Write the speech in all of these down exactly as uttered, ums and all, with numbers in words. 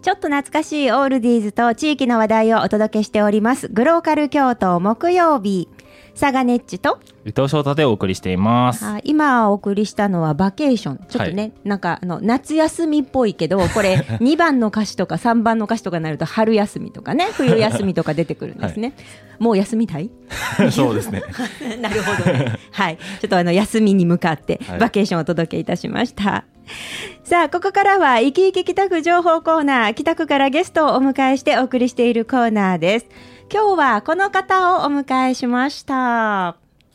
ちょっと懐かしいオールディーズと地域の話題をお届けしておりますグローカル京都木曜日、佐賀ネッチと伊藤翔太でお送りしています。 今お送りしたのはバケーション、ちょっとね、はい、なんかあの夏休みっぽいけど、これにばんの歌詞とかさんばんの歌詞とかになると春休みとかね、冬休みとか出てくるんですね、はい、もう休みたいそうですねなるほどね、はい、ちょっとあの休みに向かってバケーションをお届けいたしました、はい。さあ、ここからは生き生き北区情報コーナー、北区からゲストをお迎えしてお送りしているコーナーです。今日はこの方をお迎えしました。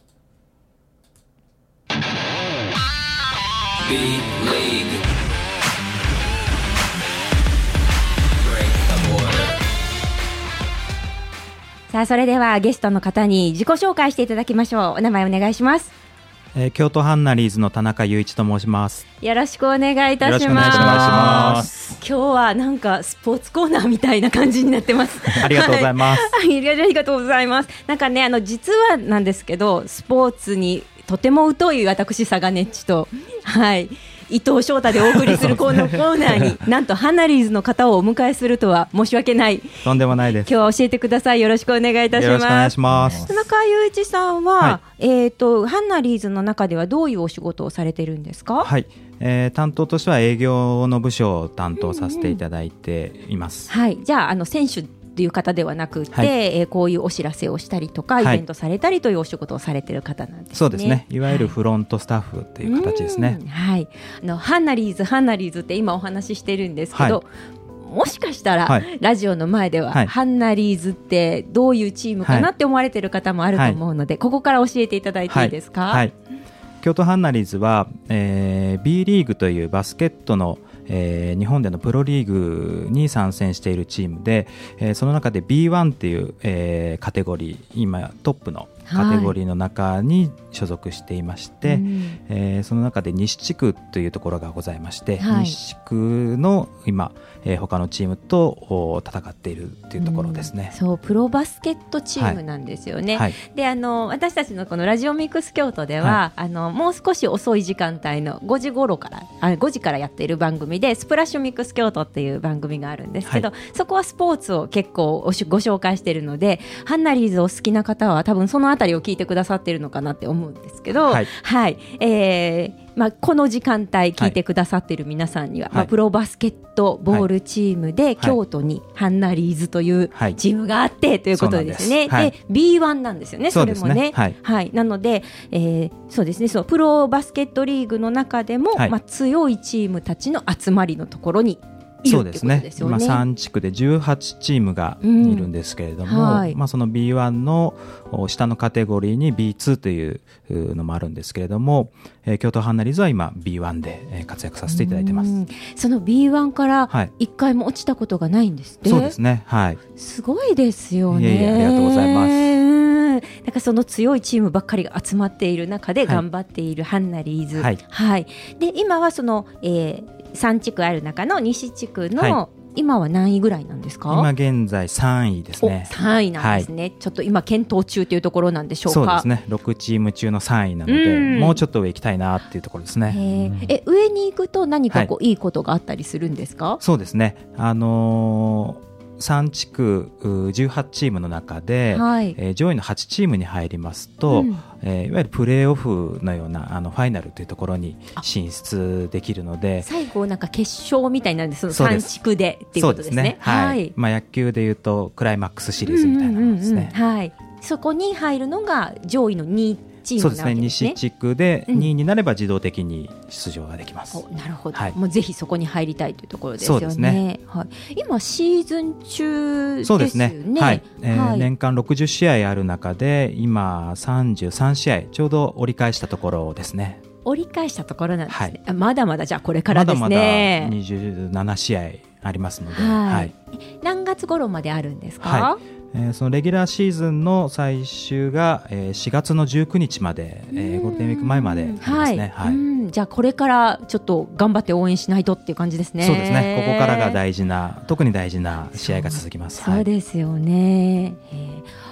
さあ、それではゲストの方に自己紹介していただきましょう。お名前お願いします。 えー、京都ハンナリーズの田中雄一と申します。 よろしくお願いいたします。よろしくお願いします。今日はなんかスポーツコーナーみたいな感じになってますありがとうございます、 はい、ありがとうございます。なんかね、あの実はなんですけど、スポーツにとても疎い私佐賀ネッチと、はい、伊藤翔太でお送りするこのコーナーになんとハンナリーズの方をお迎えするとは申し訳ない。 とんでもないです。 今日は教えてください。よろしくお願いいたします。 よろしくお願いします。 田中雄一さんは、はい、えーと、ハンナリーズの中ではどういうお仕事をされてるんですか？ はい、えー、担当としては営業の部署を担当させていただいています、 うんうん、はい。じゃあ、あの選手という方ではなくて、はい、えー、こういうお知らせをしたりとか、はい、イベントされたりというお仕事をされている方なんですね。 そうですね、いわゆるフロントスタッフという形ですね、 はい、あのハンナリーズハンナリーズって今お話ししてるんですけど、はい、もしかしたら、はい、ラジオの前では、はい、ハンナリーズってどういうチームかなって思われている方もあると思うので、はい、ここから教えていただいていいですか？ はいはい、京都ハンナリーズは、えー、B リーグというバスケットのえー、日本でのプロリーグに参戦しているチームで、えー、その中で ビーワン っていう、えー、カテゴリー、今トップのカテゴリーの中に所属していまして、はい、えー、その中で西地区というところがございまして、はい、西地区の今、えー、他のチームと戦っているというところですね、 うん、そう、プロバスケットチームなんですよね、はいはい、で、あの私たちのこのラジオミックス京都では、はい、あのもう少し遅い時間帯のごじ頃からあごじからやっている番組でスプラッシュミックス京都っていう番組があるんですけど、はい、そこはスポーツを結構ご紹介しているので、ハンナリーズを好きな方は多分そのあたりを聞いてくださっているのかなって思うんですけど、はい、はい、えーまあ、この時間帯聞いてくださっている皆さんには、はい、まあ、プロバスケットボールチームで京都にハンナリーズというチームがあってということですね、はい、で ビーワン なんですよね、それもね、はいはい、なので、えー、そうですね、そうプロバスケットリーグの中でも、はい、まあ、強いチームたちの集まりのところにそうですね、今さん地区でじゅうはちチームがいるんですけれども、うん、はい、まあ、その ビーワン の下のカテゴリーに ビーツー というのもあるんですけれども、えー、京都ハンナリーズは今 ビーワン で活躍させていただいてます。うん、 その ビーワン からいっかいも落ちたことがないんですって、 はい、そうですね、はい、 すごいですよね。 いえいえ、ありがとうございます。 だからその強いチームばっかりが集まっている中で頑張っているハンナリーズ、はいはい、で今はその、えー、さん地区ある中の西地区の、はい、今は何位ぐらいなんですか？ 今現在さんいですね。 さんいなんですね、はい、ちょっと今検討中というところなんでしょうか？ そうですね、ろくチーム中のさんいなので、もうちょっと上行きたいなっていうところですね。 え上に行くと何かこう、はい、いいことがあったりするんですか？ そうですね、あのーさん地区じゅうはちチームの中で、はい、えー、上位のはちチームに入りますと、うん、えー、いわゆるプレーオフのようなあのファイナルというところに進出できるので、 最後なんか決勝みたいなんで、そのさん地区でっていうことですね。そうですね、 はい、まあ、野球でいうとクライマックスシリーズみたいなものですね、 うんうんうんうん、はい、そこに入るのが上位のにチームなわけですね。 そうですね、西地区でにいになれば自動的に出場ができます、 うん、なるほど、はい、もうぜひそこに入りたいというところですよね。 そうですね、 はい、今シーズン中ですよね。 そうですね、はい、えーはい、年間ろくじゅっしあいある中で今さんじゅうさんしあいちょうど折り返したところですね。 折り返したところなんですね、はい、まだまだじゃあこれからですね。 まだまだにじゅうななしあいありますので、はいはい、 何月頃まであるんですか？ はい、えー、そのレギュラーシーズンの最終が、えー、しがつのじゅうくにちまで、えー、ゴールデンウィーク前までありますね、はいはい、うん、 じゃあこれからちょっと頑張って応援しないとっていう感じですね。 そうですね、ここからが大事な、特に大事な試合が続きます。 そう、そうですよね、はい、えー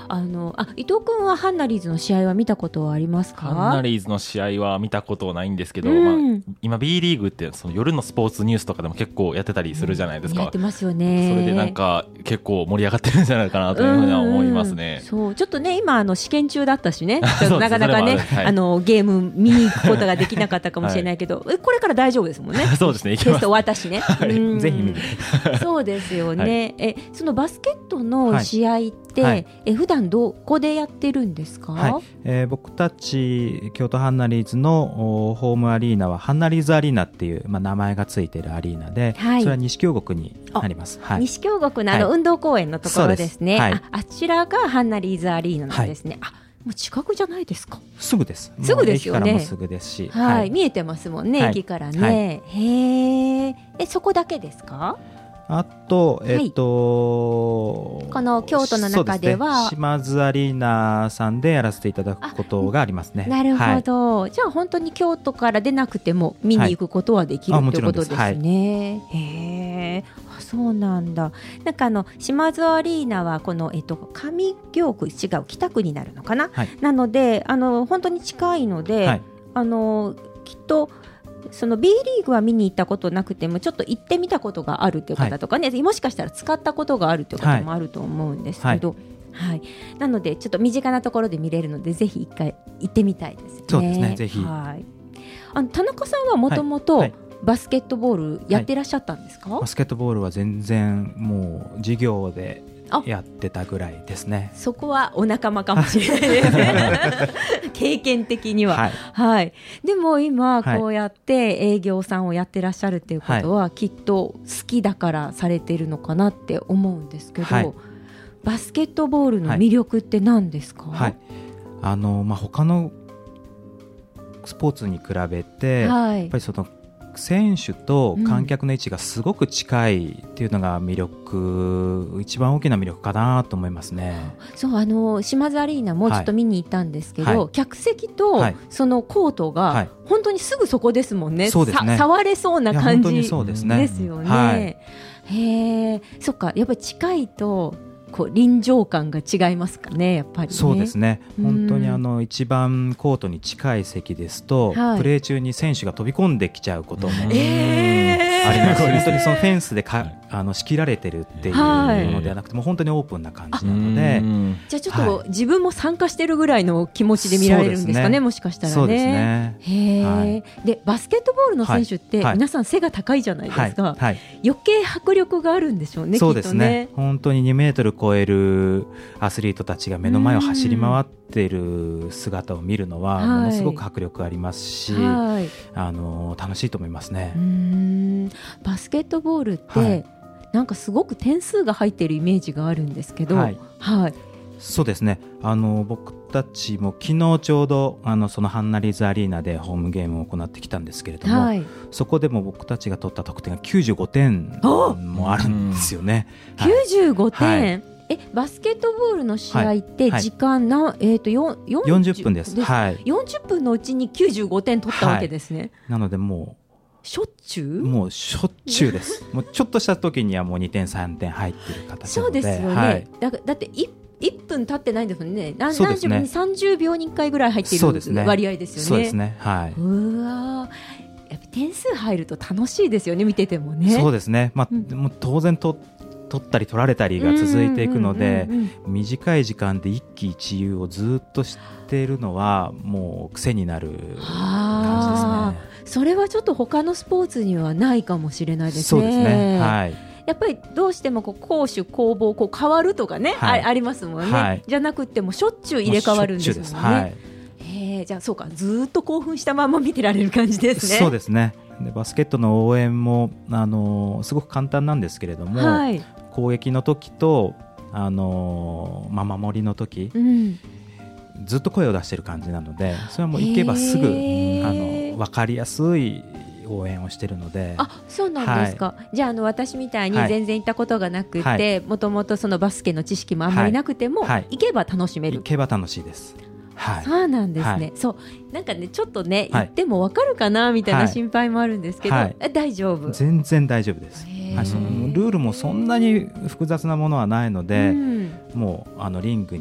あのあ伊藤君はハンナリーズの試合は見たことはありますか？ ハンナリーズの試合は見たことないんですけど、 うんまあ、今 B リーグってその夜のスポーツニュースとかでも結構やってたりするじゃないですか、 うん、やってますよね。 それでなんか結構盛り上がってるんじゃないかなというふうには思いますね。 うんうん、そうちょっとね今あの試験中だったしねちょっとなかなかね、 はい、 あのゲーム見に行くことができなかったかもしれないけど、はい、これから大丈夫ですもんねそうですね、 テスト終わったしね、 はい、 うん、 ぜひ見てそうですよね、はい、えそのバスケットの試合って、 はい、 え普段どこでやってるんですか？ はい、えー、僕たち京都ハンナリーズのホームアリーナはハンナリーズアリーナっていう、まあ、名前がついているアリーナで、はい、それは西京極になります、はい、 西京極のあの運動公園のところですね、 はい、 あ, あちらがハンナリーズアリーナなんですね、はい、あもう近くじゃないですか？ すぐです。 すぐですよね。 駅からもすぐですし、 はいはい、 見えてますもんね、はい、駅からね、はい、へーえそこだけですか？ あと、えっと、 はい、この京都の中では、 ね、島津アリーナさんでやらせていただくことがありますね。 なるほど、はい、じゃあ本当に京都から出なくても見に行くことはできる、はい、ということですね。はい、へーあそうなんだ。なんかあの島津アリーナはこの、えっと、上京区違う北区になるのかな、はい、なのであの本当に近いので、はい、あのきっとその B リーグは見に行ったことなくてもちょっと行ってみたことがあるという方とかね、はい、もしかしたら使ったことがあるという方もあると思うんですけど、はいはい、なのでちょっと身近なところで見れるのでぜひ一回行ってみたいですね。 そうですね、ぜひ。 はい、あの田中さんはもともとバスケットボールやってらっしゃったんですか？はい、 バスケットボールは全然もう授業でやってたぐらいですね。 そこはお仲間かもしれないですね経験的には、はいはい、でも今こうやって営業さんをやってらっしゃるっていうことは、はい、きっと好きだからされてるのかなって思うんですけど、はい、バスケットボールの魅力って何ですか？はいはい、 あのまあ、他のスポーツに比べて、はい、やっぱりその選手と観客の位置がすごく近いっていうのが魅力、うん、一番大きな魅力かなと思いますね。 そうあの島津アリーナもちょっと見に行ったんですけど、はい、客席とそのコートが本当にすぐそこですもんね。そうですね、触れそうな感じですよね。はい、へそっかやっぱり近いとこう臨場感が違いますかね、やっぱりね。 そうですね、本当にあの一番コートに近い席ですと、はい、プレー中に選手が飛び込んできちゃうことも、えー、あります。本当にそのフェンスでかあの仕切られてるっていうのではなくて、はい、もう本当にオープンな感じなので、 じゃあちょっと、はい、自分も参加してるぐらいの気持ちで見られるんですか ね, ねもしかしたらね。 そうですね。 へー、はい、でバスケットボールの選手って皆さん背が高いじゃないですか、はいはい、余計迫力があるんでしょうね。 そうですね、 きっとね、 本当ににメートル超えるアスリートたちが目の前を走り回っている姿を見るのはものすごく迫力ありますし、はい、あの楽しいと思いますね。 うーんバスケットボールって、はい、なんかすごく点数が入っているイメージがあるんですけど、はいはい、 そうですね、あの僕たちも昨日ちょうどあのそのハンナリーズアリーナでホームゲームを行ってきたんですけれども、はい、そこでも僕たちが取った得点がきゅうじゅうごてんもあるんですよね。 きゅうじゅうごてん、はい、えバスケットボールの試合って時間な、はいはい、えー、とよよんじゅっぷんです、はい、よんじゅっぷんのうちにきゅうじゅうごてん取ったわけですね。はい、なのでもうしょっちゅうもうしょっちゅうですもうちょっとした時にはもうにてんさんてん入っている形なので。 そうですよね、はい、だ, だっていっぷん経ってないんですもんね。何何十分さんじゅうびょうにいっかいぐらい入っている割合ですよね。 そうですね、はい、 うわやっぱ点数入ると楽しいですよね、見ててもね。 そうですね、まあうん、もう当然と取ったり取られたりが続いていくので、うんうんうんうん、短い時間で一喜一憂をずっとしているのはもう癖になる感じですね。 それはちょっと他のスポーツにはないかもしれないですね。 そうですね、はい、 やっぱりどうしてもこう攻守攻防こう変わるとかね、はい、あ, ありますもんね、はい、じゃなくてもしょっちゅう入れ替わるんですもんね。はい、へーじゃあそうかずっと興奮したまま見てられる感じですね。 そうですね。でバスケットの応援もあのすごく簡単なんですけれども、はい、攻撃の時とあの、まあ、守りの時、うん、ずっと声を出している感じなので、それはもう行けばすぐあの分かりやすい応援をしているので。 あ、そうなんですか、はい、じゃあ、あの私みたいに全然行ったことがなくて、もともとそのバスケの知識もあんまりなくても、はいはい、行けば楽しめる。 行けば楽しいです。はい、 そうなんですね、はい、そうなんかねちょっとね行っても分かるかなみたいな心配もあるんですけど、はいはい、大丈夫。 全然大丈夫です、はい、そのルールもそんなに複雑なものはないので、うん、もうあのリングに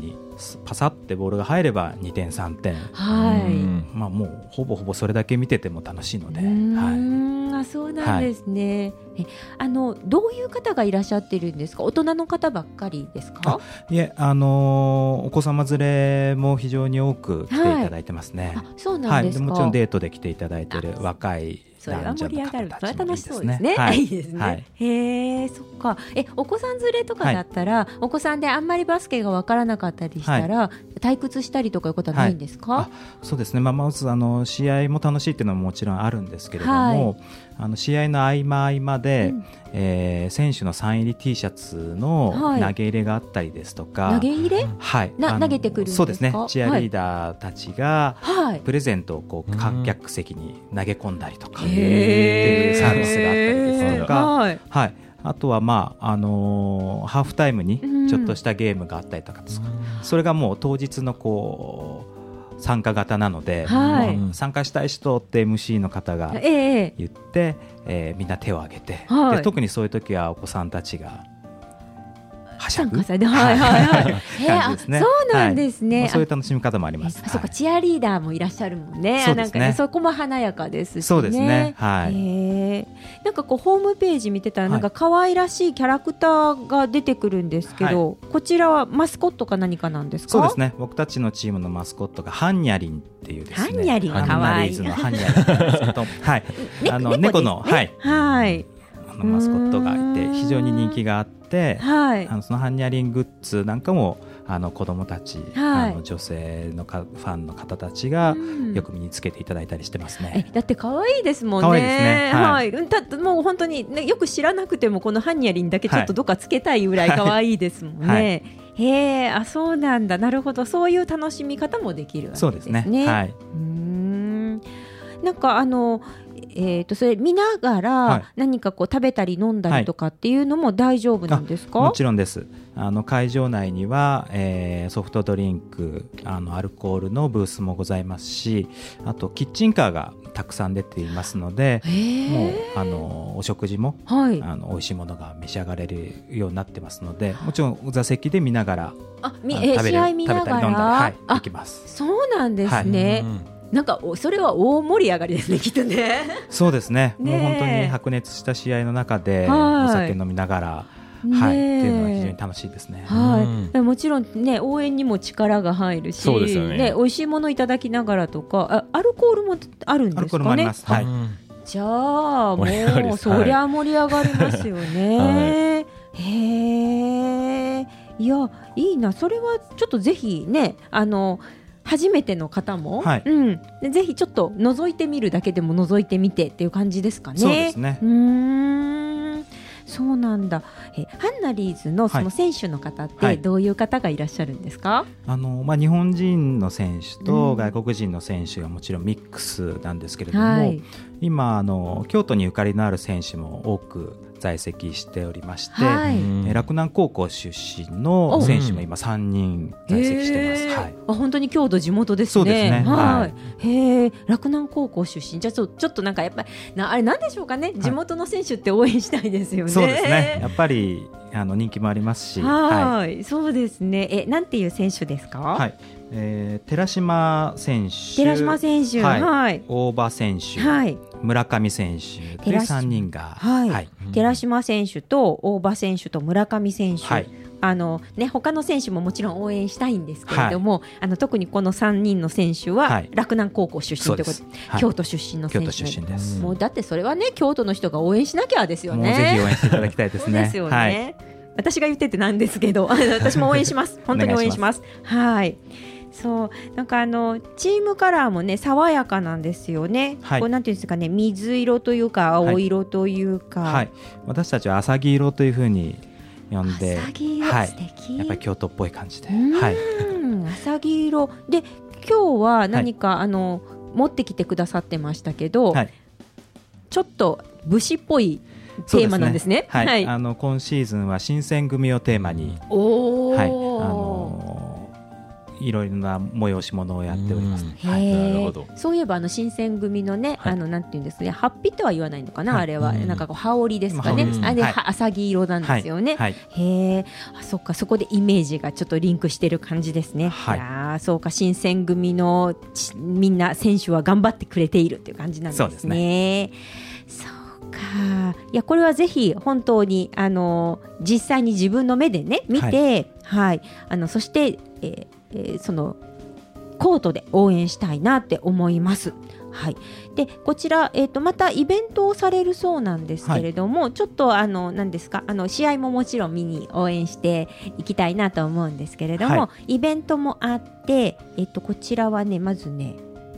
パサってボールが入ればにてんさんてん、 はいまあ、もうほぼほぼそれだけ見てても楽しいので、 うーん、 はい、 あそうなんですね、はい、えあのどういう方がいらっしゃってるんですか？大人の方ばっかりですか？ いえ、あのー、お子様連れも非常に多く来ていただいてますね、 はい、あそうなんですか、 はい、でもちろんデートで来ていただいている若いそれは盛り上がる。それは楽しそうですね。 ね。 はい、 いいですね。はい、へえ、そっか。え、お子さん連れとかだったら、はい、お子さんであんまりバスケがわからなかったりしたら、はい、退屈したりとかいうことはないんですか？はい、 あ、そうですね。まあまずあの試合も楽しいっていうのももちろんあるんですけれども、はい、あの試合の合間合間で、うん、えー、選手のサイン入り T シャツの投げ入れがあったりですとか、 はい、投げ入れ？ はい。 な投げてくるんですか？ そうですね。チアリーダーたちが、はい、プレゼントをこう観客席に投げ込んだりとか。っていうサービスがあったりですとか、はいはい、あとは、まああのー、ハーフタイムにちょっとしたゲームがあったりとか、うん、それがもう当日のこう参加型なので、はい、まあ、参加したい人って エムシー の方が言って、えーえー、みんな手を挙げて、はい、で特にそういう時はお子さんたちがはしゃぐ、はいはいはい、感じですね。 そうなんですね、 はい、そういう楽しみ方もあります。 そうか、チアリーダーもいらっしゃるもんね。 そうですね、 なんかね、そこも華やかですしね。 そうですね、はい、 へなんかこうホームページ見てたらなんか可愛らしいキャラクターが出てくるんですけど、はい、こちらはマスコットか何かなんですか？ そうですね、僕たちのチームのマスコットがハンニャリンっていうですね、 ハンニャリンかわいい、 ハンニャリンなんですけど、はい、あの猫の、はい、はい、あのマスコットがいて非常に人気があって、はい、あのそのハンニャリングッズなんかもあの子どもたち、はい、あの女性のかファンの方たちがよく身につけていただいたりしてますね。 えだって可愛いですもんね。 可愛いですね、 はいはい、だってもう本当に、ね、よく知らなくてもこのハンニャリンだけちょっとどっかつけたいぐらい可愛いですもんね、はいはい、へー、あそうなんだ、なるほど、そういう楽しみ方もできるわけですね。 そうですね、はい、 うーん、なんかあのえー、とそれ見ながら何かこう食べたり飲んだりとかっていうのも大丈夫なんですか？ はい、もちろんです。あの会場内には、えー、ソフトドリンク、あのアルコールのブースもございますし、あとキッチンカーがたくさん出ていますので、もうあのお食事も、はい、あの美味しいものが召し上がれるようになってますので、もちろん座席で見ながら、 あみえ試合見ながら食べたり飲んだり、はい、できます。 そうなんですね、はい、うん、なんかそれは大盛り上がりですね、きっとね。 そうですね、もう本当に白熱した試合の中でお酒飲みながら、はい、っていうのは非常に楽しいですね。 はい、もちろんね、応援にも力が入るし、 そうですよね、 ね、美味しいものいただきながらとか、あアルコールもあるんですかね。 アルコールもあります、はい、 じゃあもうそりゃ盛り上がりますよね、はい、へえ、いやいいな、それはちょっとぜひね、あの初めての方も、はい、うん、でぜひちょっと覗いてみるだけでも覗いてみてっていう感じですかね。 そうですね。 うーん、そうなんだ。えハンナリーズのその選手の方ってどういう方がいらっしゃるんですか？はい、 あのまあ、日本人の選手と外国人の選手がもちろんミックスなんですけれども、はい、今あの京都にゆかりのある選手も多く在籍しておりまして、はい、え洛南高校出身の選手も今さんにん在籍してます。はい、 あ本当に京都地元ですね。 そうですね。 はいはい、へ洛南高校出身、じゃあちょちょっとなんかやっぱりなあれなんでしょうかね、地元の選手って応援したいですよね。 そうですね、やっぱりあの人気もありますし、 はい、はい、そうですね。えなんていう選手ですか？ はい、えー、寺島選手、 寺島選手、はいはい、 大場選手、はい、村上選手というさんにんが、はいはい、 寺島選手と大場選手と村上選手、はい、あのね、他の選手ももちろん応援したいんですけれども、はい、あの特にこのさんにんの選手は、はい、洛南高校出身ということで、はい、京都出身の選手、 京都出身です。 もうだってそれはね、京都の人が応援しなきゃですよね。 もうぜひ応援していただきたいですね。 そうですよね、はい、私が言っててなんですけど私も応援します本当に応援します。はい、そうなんかあのチームカラーもね爽やかなんですよね、はい、こうなんていうんですかね、水色というか青色というか、はいはい、 私たちは浅黄色というふうに呼んで、 浅黄色、 はい、 素敵、 やっぱり京都っぽい感じで、 はい、浅黄色で今日は何か、はい、あの持ってきてくださってましたけど、はい、ちょっと武士っぽいテーマなんですね。 はいはい、あの今シーズンは新選組をテーマに、お、はい、あのいろいろな催し物をやっております。 はい、なるほど。 そういえばあの新選組のね、はい、あのなんていうんですね、ハッピーとは言わないのかな、はい、あれは、うん、なんかこう羽織ですかね、うん、あれ、はい、浅黄色なんですよね、はいはい、へえ、あ、そっか、そこでイメージがちょっとリンクしてる感じですね、はい、いやそうか、新選組のみんな選手は頑張ってくれているっていう感じなんですね。そうですね。そうか、いやこれはぜひ本当にあの実際に自分の目でね見て、はいはい、あのそして、えーえー、そのコートで応援したいなって思います。はい、でこちら、えーと、またイベントをされるそうなんですけれども、はい、ちょっとあの何ですか、あの試合ももちろん見に応援していきたいなと思うんですけれども、はい、イベントもあって、えーと、こちらはねまずね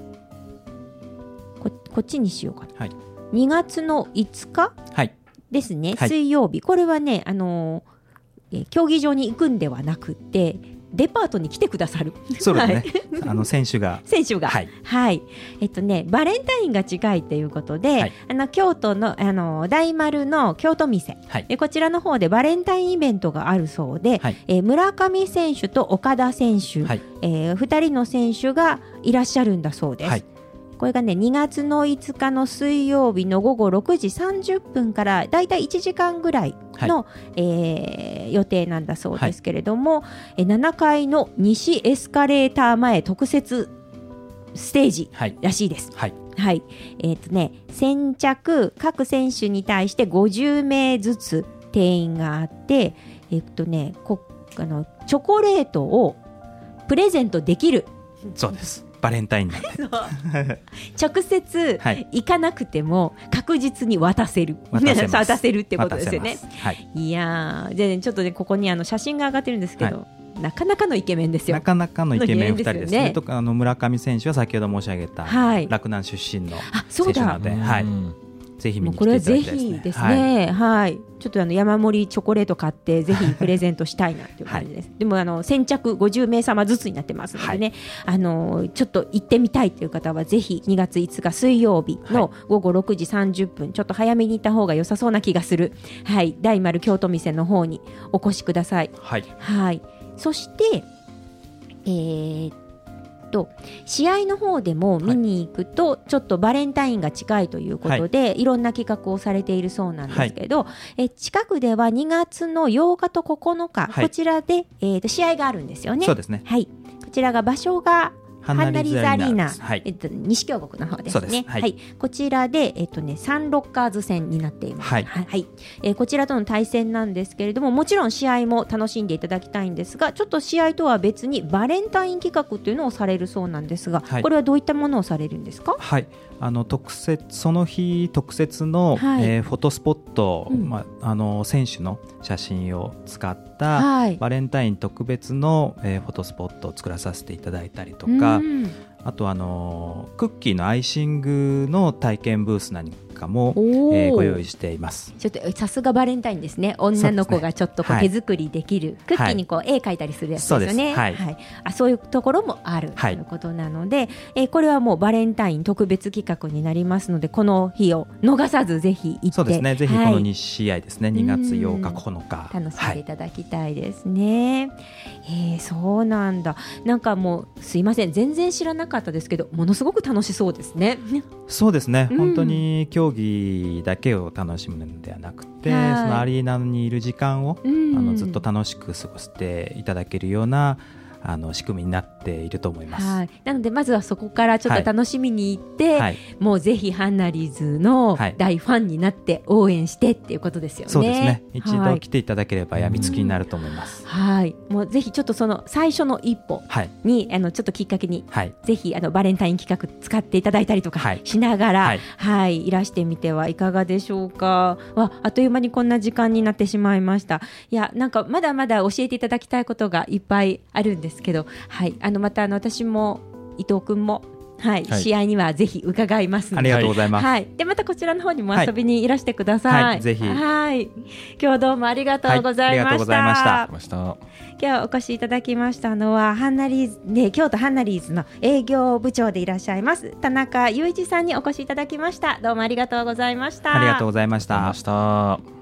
こ, こっちにしようかな、はい、にがつのいつかですね、はい、水曜日、これはね、あのーえー、競技場に行くんではなくてデパートに来てくださる。 そうですね、はい、あの選手が選手が、はいはい、えっとね、バレンタインが近いということで、はい、あの京都の、あの大丸の京都店、はい、でこちらの方でバレンタインイベントがあるそうで、はい、えー、村上選手と岡田選手、はい、えー、ふたりの選手がいらっしゃるんだそうです。はい、これがねにがつのいつかの水曜日のごごろくじさんじゅっぷんからだいたいいちじかんぐらいの、はい、えー、予定なんだそうですけれども、はい、えななかいの西エスカレーター前特設ステージらしいです。はいはい、えーとね、先着各選手に対してごじゅうめいずつ定員があって、えーとね、こあのチョコレートをプレゼントできる。 そうです、バレンタインなんで直接行かなくても確実に渡せる、はい、渡せるってことですよね。はい、いやー、でちょっとねここにあの写真が上がってるんですけど、はい、なかなかのイケメンですよ。 なかなかのイケメンふたりですね。とかあの村上選手は先ほど申し上げた、はい、洛南出身の選手なので、はい、ぜひ見に来ていただきたいですね。これはぜひですね、はいはい、ちょっとあの山盛りチョコレート買ってぜひプレゼントしたいなという感じです、はい、でもあの先着ごじゅうめいさまずつになってますのでね、はい、あのちょっと行ってみたいという方はぜひにがついつか水曜日のごごろくじさんじゅっぷん、ちょっと早めに行った方が良さそうな気がする、はい、大丸京都店の方にお越しください。はい、はい、そしてえーと試合の方でも見に行くと、はい、ちょっとバレンタインが近いということで、はい、いろんな企画をされているそうなんですけど、はい、え近くではにがつのようかとここのか、はい、こちらで、えー、と試合があるんですよね。そうですね、はい、こちらが場所がハンナリーズアリーナ、はい、えっと、西京極の方ですね。はいはい、こちらで、えっとね、サンロッカーズ戦になっています。はいはい、えー、こちらとの対戦なんですけれども、もちろん試合も楽しんでいただきたいんですが、ちょっと試合とは別にバレンタイン企画というのをされるそうなんですが、はい、これはどういったものをされるんですか？はい、 あの特設その日特設の、はい、えー、フォトスポット、うん、まあ、あの選手の写真を使った、はい、バレンタイン特別の、えー、フォトスポットを作らさせていただいたりとか、うん、あとあのクッキーのアイシングの体験ブースなんかも、えー、ご用意しています。 ちょっとさすがバレンタインですね。女の子がちょっとこう手作りできる、はい、クッキーにこう絵描いたりするやつですよね。そうです、はいはい、あ、そういうところもある、はい、ということなので、えー、これはもうバレンタイン特別企画になりますので、この日を逃さずぜひ行って、 そうですね、ぜひこのに試合ですね、はい、にがつようかここのか楽しんでいただきたいですね。はい、えー、そうなんだ。なんかもうすいません、全然知らなかったですけど、ものすごく楽しそうですね。 そうですね、うん、本当に競技だけを楽しむのではなくて、はい、そのアリーナにいる時間を、うん、あのずっと楽しく過ごしていただけるようなあの仕組みになっていると思います。はい、 なのでまずはそこからちょっと楽しみに行って、はい、もうぜひハンナリーズの大ファンになって応援してっていうことですよね。 そうですね、一度来ていただければやみつきになると思います。 はい、もうぜひちょっとその最初の一歩に、はい、あのちょっときっかけに、はい、ぜひあのバレンタイン企画使っていただいたりとかしながら、はいはい、いらしてみてはいかがでしょうか。わ、あっという間にこんな時間になってしまいました。いや、なんかまだまだ教えていただきたいことがいっぱいあるんですけど、はい、あのまたあの私も伊藤君も、はいはい、試合にはぜひ伺いますので、 ありがとうございます。 はい、でまたこちらの方にも遊びにいらしてください。はいはい、ぜひ。はい、今日はどうもありがとうございました。はい、ありがとうございました。今日お越しいただきましたのはハンナリーズ、ね、京都ハンナリーズの営業部長でいらっしゃいます田中雄一さんにお越しいただきました。どうもありがとうございました。 ありがとうございました。